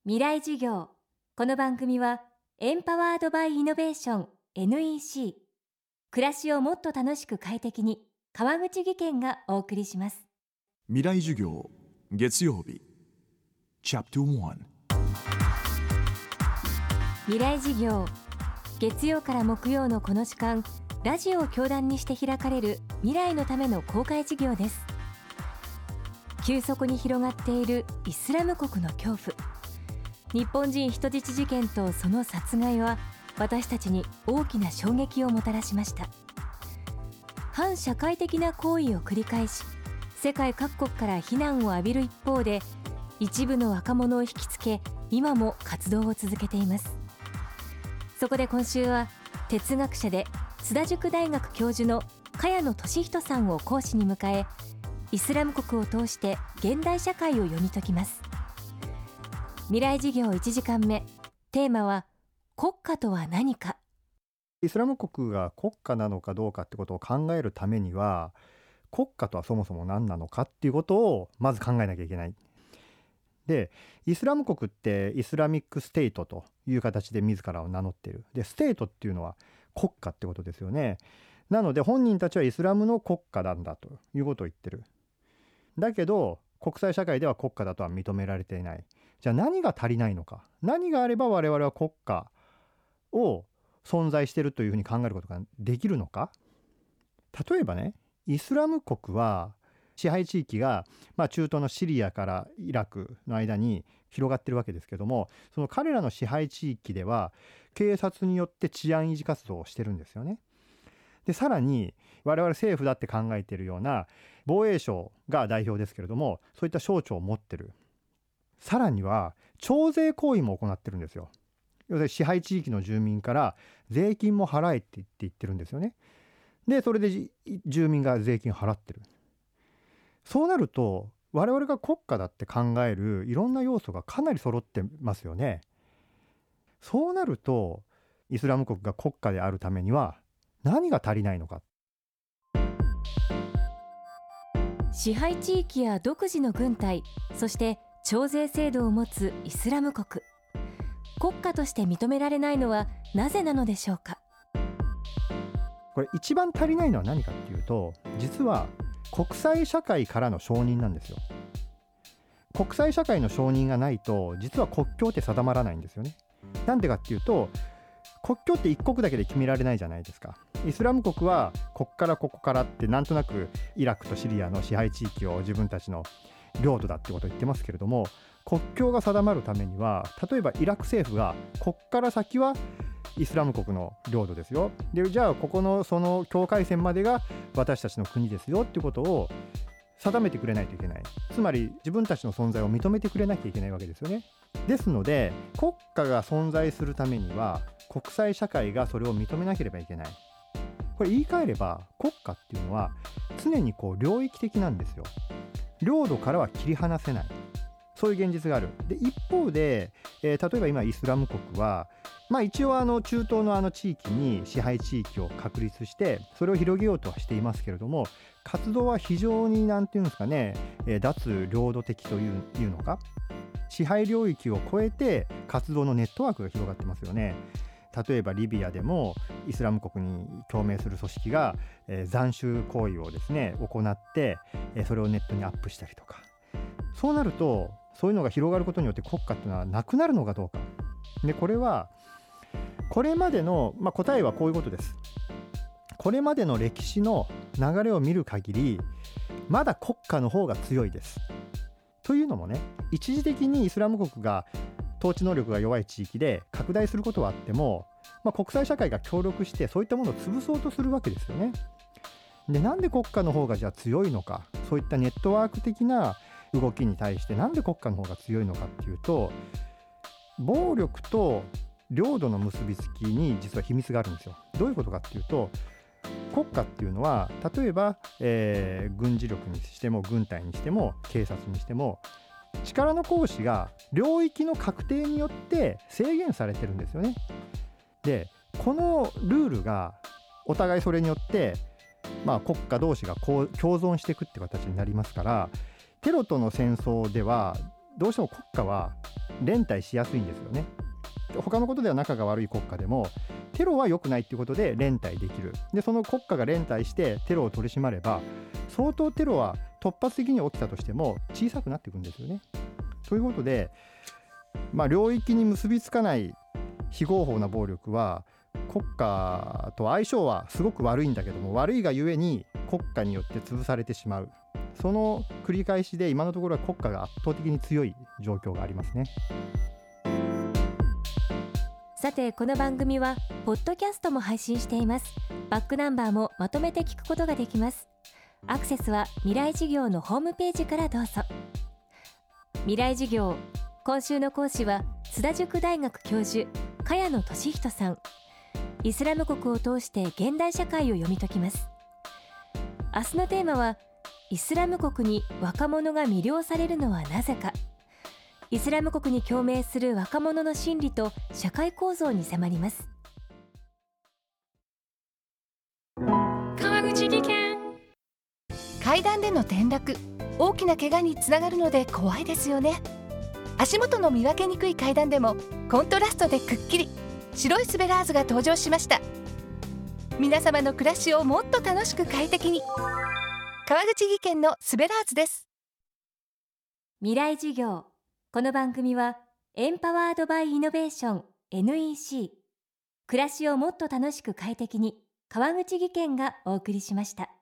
未来授業。この番組はエンパワードバイイノベーション NEC 暮らしをもっと楽しく快適に川口義賢がお送りします。 未来授業月曜日チャプター1 未来授業月曜から木曜のこの時間、ラジオを教壇にして開かれる未来のための公開授業です。急速に広がっているイスラム国の恐怖。日本人人質事件とその殺害は私たちに大きな衝撃をもたらしました。反社会的な行為を繰り返し、世界各国から非難を浴びる一方で、一部の若者を引きつけ、今も活動を続けています。そこで今週は哲学者で津田塾大学教授の茅野俊人さんを講師に迎え、イスラム国を通して現代社会を読み解きます。未来授業1時間目、テーマは国家とは何か。 イスラム国が国家なのかどうかってことを考えるためには、国家とはそもそも何なのかっていうことをまず考えなきゃいけない。で、イスラム国ってイスラミックステートという形で自らを名乗っている。で、ステートっていうのは国家ってことですよね。なので本人たちはイスラムの国家なんだということを言ってる。だけど国際社会では国家だとは認められていない。じゃあ何が足りないのか。何があれば我々は国家を存在しているというふうに考えることができるのか。例えばね、イスラム国は支配地域が、中東のシリアからイラクの間に広がってるわけですけども、その彼らの支配地域では警察によって治安維持活動をしてるんですよね。で、さらに我々政府だって考えているような防衛省が代表ですけれども、そういった省庁を持ってる。さらには徴税行為も行ってるんですよ。要するに支配地域の住民から税金も払えって言ってるんですよね。で、それで住民が税金を払ってる。そうなると我々が国家だって考えるいろんな要素がかなり揃ってますよね。そうなるとイスラム国が国家であるためには何が足りないのか。 支配地域や独自の軍隊、そして徴税制度を持つイスラム国。国家として認められないのはなぜなのでしょうか。 これ一番足りないのは何かっていうと、実は国際社会からの承認なんですよ。国際社会の承認がないと実は国境って定まらないんですよね。なんでかっていうと、国境って一国だけで決められないじゃないですか。イスラム国はここからここからってなんとなくイラクとシリアの支配地域を自分たちの領土だってことを言ってますけれども、国境が定まるためには、例えばイラク政府がこっから先はイスラム国の領土ですよ。で、じゃあここのその境界線までが私たちの国ですよっていうことを定めてくれないといけない。つまり自分たちの存在を認めてくれなきゃいけないわけですよね。ですので国家が存在するためには国際社会がそれを認めなければいけない。これ言い換えれば国家っていうのは常に領域的なんですよ。領土からは切り離せない。そういう現実がある。で、一方で、例えば今イスラム国は一応中東の地域に支配地域を確立してそれを広げようとはしていますけれども、活動は非常になんていうんですかね、脱領土的というのか、支配領域を超えて活動のネットワークが広がってますよね。例えばリビアでもイスラム国に共鳴する組織が、斬首行為をですね行って、それをネットにアップしたりとか。そうなるとそういうのが広がることによって国家っていうのはなくなるのかどうか。で、これはこれまでの、答えはこういうことです。これまでの歴史の流れを見る限りまだ国家の方が強いです。というのもね、一時的にイスラム国が統治能力が弱い地域で拡大することはあっても、国際社会が協力してそういったものを潰そうとするわけですよね。で、なんで国家の方がじゃあ強いのか。そういったネットワーク的な動きに対してなんで国家の方が強いのかっていうと、暴力と領土の結びつきに実は秘密があるんですよ。どういうことかっていうと、国家っていうのは例えば、軍事力にしても軍隊にしても警察にしても力の行使が領域の確定によって制限されてるんですよね。で、このルールがお互いそれによって、国家同士が共存していくって形になりますから、テロとの戦争ではどうしても国家は連帯しやすいんですよね。他のことでは仲が悪い国家でもテロは良くないっていうことで連帯できる。でその国家が連帯してテロを取り締まれば相当テロは突発的に起きたとしても小さくなっていくんですよね。ということで、領域に結びつかない非合法な暴力は国家と相性はすごく悪いんだけども、悪いがゆえに国家によって潰されてしまう、その繰り返しで今のところは国家が圧倒的に強い状況がありますね。 さて、この番組はポッドキャストも配信しています。バックナンバーもまとめて聞くことができます。アクセスは未来事業のホームページからどうぞ。未来事業、今週の講師は津田塾大学教授茅野俊人さん。イスラム国を通して現代社会を読み解きます。明日のテーマは、イスラム国に若者が魅了されるのはなぜか。イスラム国に共鳴する若者の心理と社会構造に迫ります。 川口技研。階段での転落、大きな怪我につながるので怖いですよね。足元の見分けにくい階段でもコントラストでくっきり白いスベラーズが登場しました。皆様の暮らしをもっと楽しく快適に、川口技研のスベラーズです。 未来事業、この番組はエンパワードバイイノベーション NEC、 暮らしをもっと楽しく快適に、川口技研がお送りしました。